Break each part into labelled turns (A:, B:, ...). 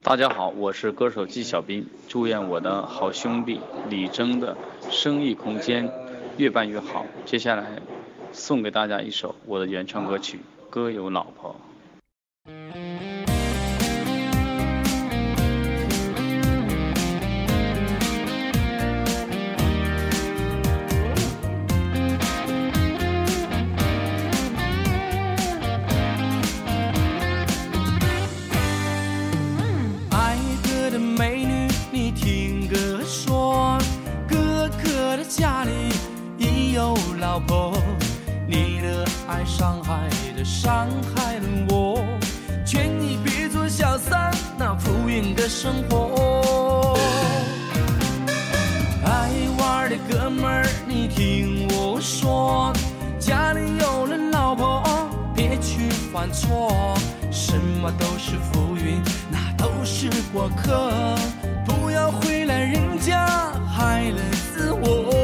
A: 大家好，我是歌手纪晓斌，祝愿我的好兄弟李征的生意空间越办越好。接下来送给大家一首我的原创歌曲《哥有老婆》。
B: 家里已有老婆，你的爱伤害了我，劝你别做小三，那浮云的生活。爱玩的哥们儿，你听我说，家里有了老婆，别去犯错，什么都是浮云，那都是过客，不要回来人家害了自我。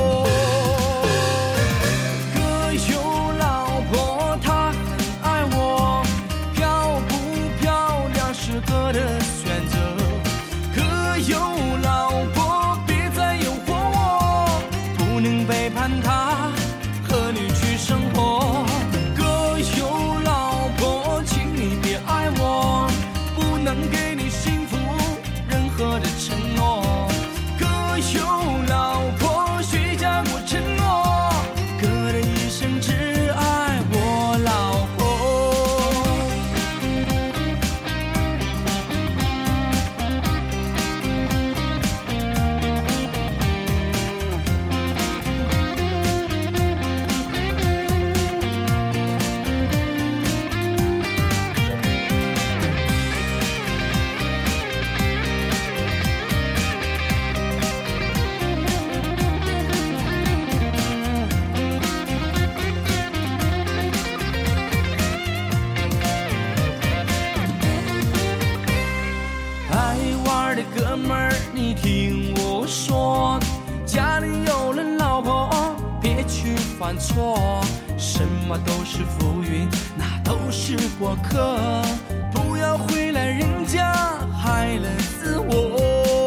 B: 哥们儿，你听我说，家里有了老婆，别去犯错，什么都是浮云，那都是过客，不要回来人家害了自我。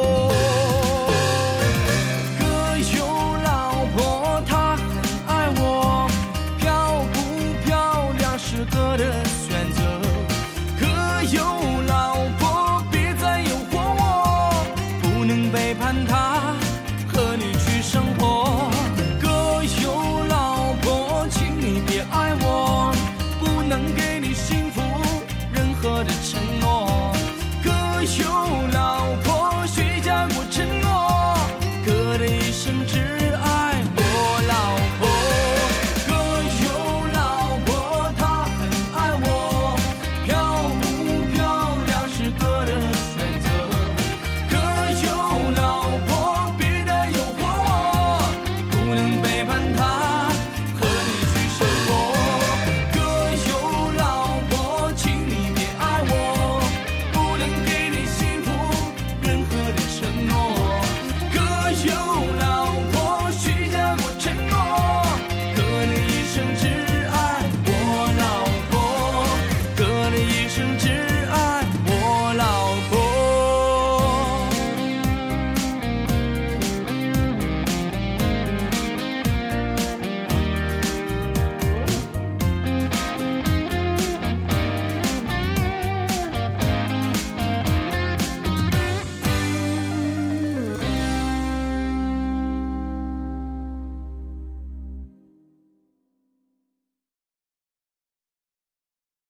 B: 哥有老婆，他很爱我，漂不漂亮是哥的选择。哥有老婆，别再诱惑我，不能背叛他，和你去生活。哥有老婆，请你别爱我，不能给你幸福任何的承诺。哥有老婆。